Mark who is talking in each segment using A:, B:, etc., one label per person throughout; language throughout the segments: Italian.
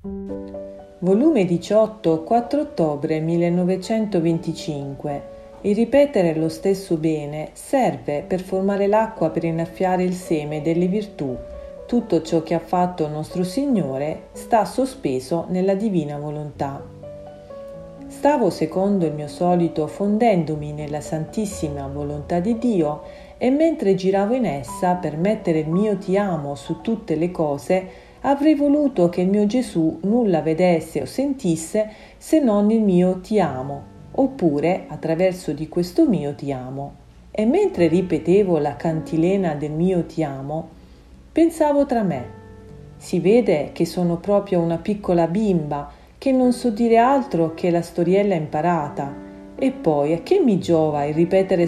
A: Volume 18, 4 ottobre 1925. Il ripetere lo stesso bene serve per formare l'acqua per innaffiare il seme delle virtù. Tutto ciò che ha fatto nostro Signore sta sospeso nella divina volontà. Stavo secondo il mio solito fondendomi nella santissima volontà di Dio e mentre giravo in essa per mettere il mio ti amo su tutte le cose, avrei voluto che il mio Gesù nulla vedesse o sentisse se non il mio ti amo, oppure attraverso di questo mio ti amo. E mentre ripetevo la cantilena del mio ti amo, pensavo tra me: si vede che sono proprio una piccola bimba, che non so dire altro che la storiella imparata. E poi a che mi giova il ripetere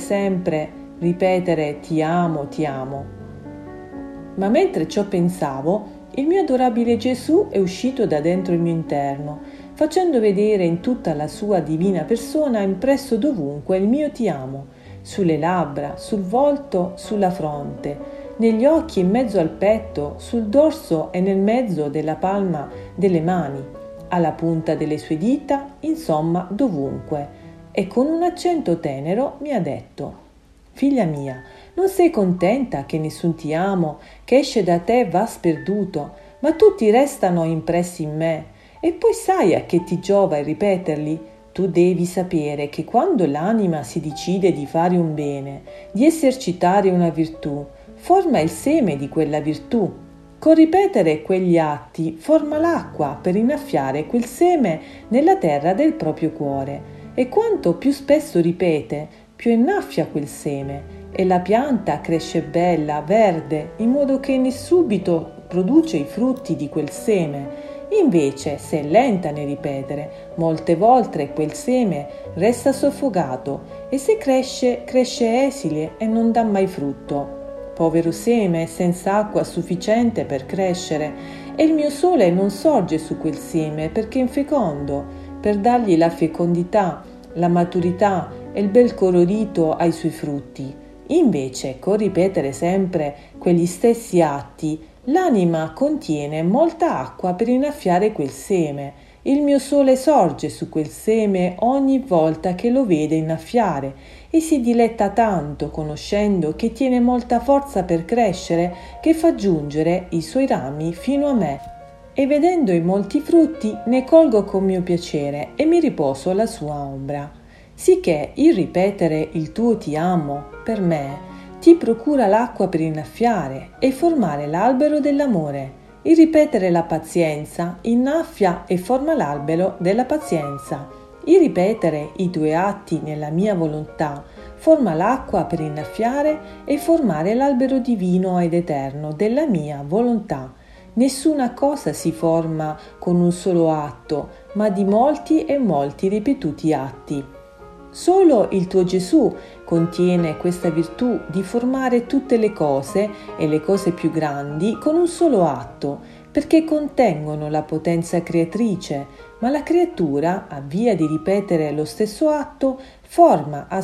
A: ti amo, ti amo? Ma mentre ciò pensavo, il mio adorabile Gesù è uscito da dentro il mio interno, facendo vedere in tutta la sua divina persona impresso dovunque il mio ti amo, sulle labbra, sul volto, sulla fronte, negli occhi, in mezzo al petto, sul dorso e nel mezzo della palma delle mani, alla punta delle sue dita, insomma dovunque. E con un accento tenero mi ha detto: figlia mia, non sei contenta che nessun ti amo, che esce da te va sperduto, ma tutti restano impressi in me? E poi sai a che ti giova il ripeterli? Tu devi sapere che quando l'anima si decide di fare un bene, di esercitare una virtù, forma il seme di quella virtù. Con ripetere quegli atti forma l'acqua per innaffiare quel seme nella terra del proprio cuore. E quanto più spesso ripete, più innaffia quel seme e la pianta cresce bella, verde, in modo che ne subito produce i frutti di quel seme. Invece, se è lenta nel ripetere, molte volte quel seme resta soffocato e se cresce, cresce esile e non dà mai frutto. Povero seme, senza acqua sufficiente per crescere, e il mio sole non sorge su quel seme perché è infecondo, per dargli la fecondità, la maturità e il bel colorito ai suoi frutti. Invece, con ripetere sempre quegli stessi atti, l'anima contiene molta acqua per innaffiare quel seme. Il mio sole sorge su quel seme ogni volta che lo vede innaffiare e si diletta tanto conoscendo che tiene molta forza per crescere che fa giungere i suoi rami fino a me. E vedendo i molti frutti ne colgo con mio piacere e mi riposo alla sua ombra. Sicché il ripetere il tuo ti amo per me ti procura l'acqua per innaffiare e formare l'albero dell'amore. Il ripetere la pazienza innaffia e forma l'albero della pazienza. Il ripetere i tuoi atti nella mia volontà forma l'acqua per innaffiare e formare l'albero divino ed eterno della mia volontà. Nessuna cosa si forma con un solo atto, ma di molti e molti ripetuti atti. Solo il tuo Gesù contiene questa virtù di formare tutte le cose e le cose più grandi con un solo atto, perché contengono la potenza creatrice, ma la creatura, a via di ripetere lo stesso atto, forma a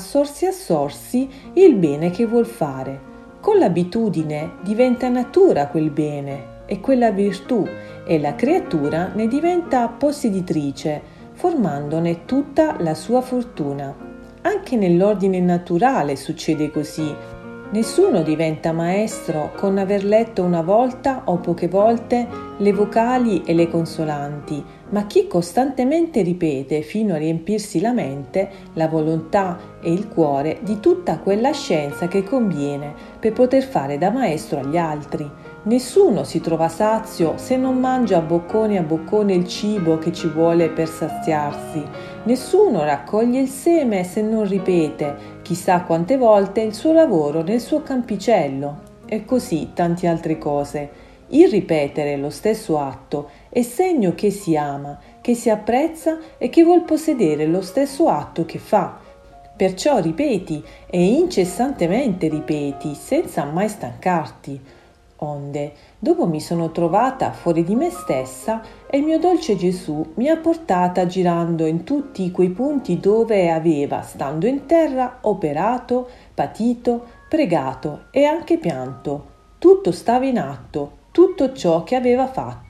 A: sorsi il bene che vuol fare. Con l'abitudine diventa natura quel bene e quella virtù e la creatura ne diventa posseditrice, formandone tutta la sua fortuna. Anche nell'ordine naturale succede così. Nessuno diventa maestro con aver letto una volta o poche volte le vocali e le consonanti, ma chi costantemente ripete fino a riempirsi la mente, la volontà e il cuore di tutta quella scienza che conviene per poter fare da maestro agli altri. Nessuno si trova sazio se non mangia a boccone il cibo che ci vuole per saziarsi. Nessuno raccoglie il seme se non ripete chissà quante volte il suo lavoro nel suo campicello e così tante altre cose. Il ripetere lo stesso atto è segno che si ama, che si apprezza e che vuol possedere lo stesso atto che fa. Perciò ripeti e incessantemente ripeti senza mai stancarti. Onde, dopo mi sono trovata fuori di me stessa e il mio dolce Gesù mi ha portata girando in tutti quei punti dove aveva, stando in terra, operato, patito, pregato e anche pianto. Tutto stava in atto, tutto ciò che aveva fatto,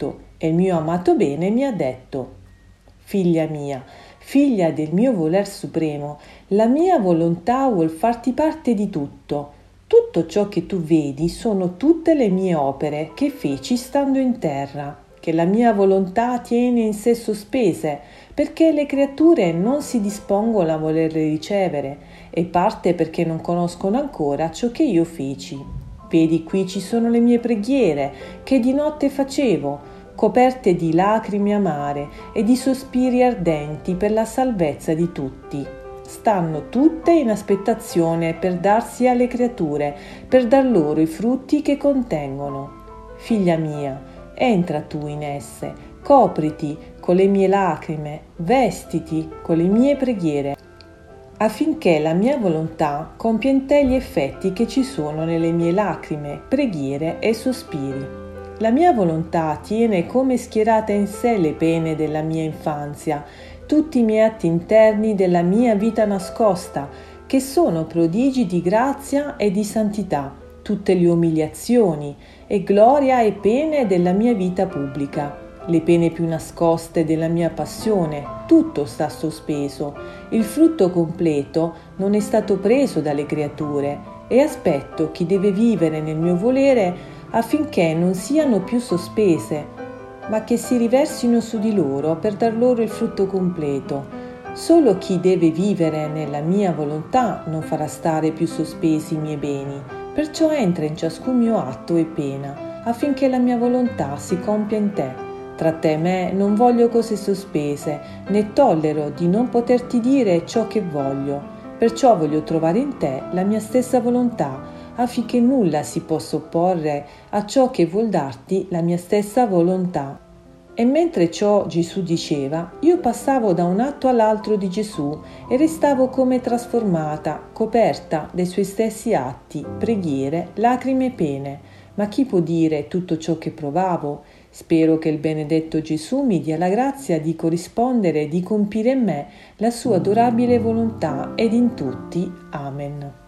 A: E il mio amato bene mi ha detto: figlia mia, figlia del mio voler supremo, la mia volontà vuol farti parte di tutto. Tutto ciò che tu vedi sono tutte le mie opere che feci stando in terra, che la mia volontà tiene in sé sospese, perché le creature non si dispongono a volerle ricevere, e parte perché non conoscono ancora ciò che io feci. Vedi, qui ci sono le mie preghiere, che di notte facevo, coperte di lacrime amare e di sospiri ardenti per la salvezza di tutti. Stanno tutte in aspettazione per darsi alle creature, per dar loro i frutti che contengono. Figlia mia, entra tu in esse, copriti con le mie lacrime, vestiti con le mie preghiere, affinché la mia volontà compia in te gli effetti che ci sono nelle mie lacrime, preghiere e sospiri. La mia volontà tiene come schierata in sé le pene della mia infanzia, tutti i miei atti interni della mia vita nascosta, che sono prodigi di grazia e di santità, tutte le umiliazioni e gloria e pene della mia vita pubblica, le pene più nascoste della mia passione, tutto sta sospeso. Il frutto completo non è stato preso dalle creature e aspetto chi deve vivere nel mio volere affinché non siano più sospese, ma che si riversino su di loro per dar loro il frutto completo. Solo chi deve vivere nella mia volontà non farà stare più sospesi i miei beni, perciò entra in ciascun mio atto e pena, affinché la mia volontà si compia in te. Tra te e me non voglio cose sospese, né tollero di non poterti dire ciò che voglio, perciò voglio trovare in te la mia stessa volontà, affinché nulla si possa opporre a ciò che vuol darti la mia stessa volontà. E mentre ciò Gesù diceva, io passavo da un atto all'altro di Gesù e restavo come trasformata, coperta dai suoi stessi atti, preghiere, lacrime e pene. Ma chi può dire tutto ciò che provavo? Spero che il benedetto Gesù mi dia la grazia di corrispondere e di compire in me la sua adorabile volontà ed in tutti. Amen.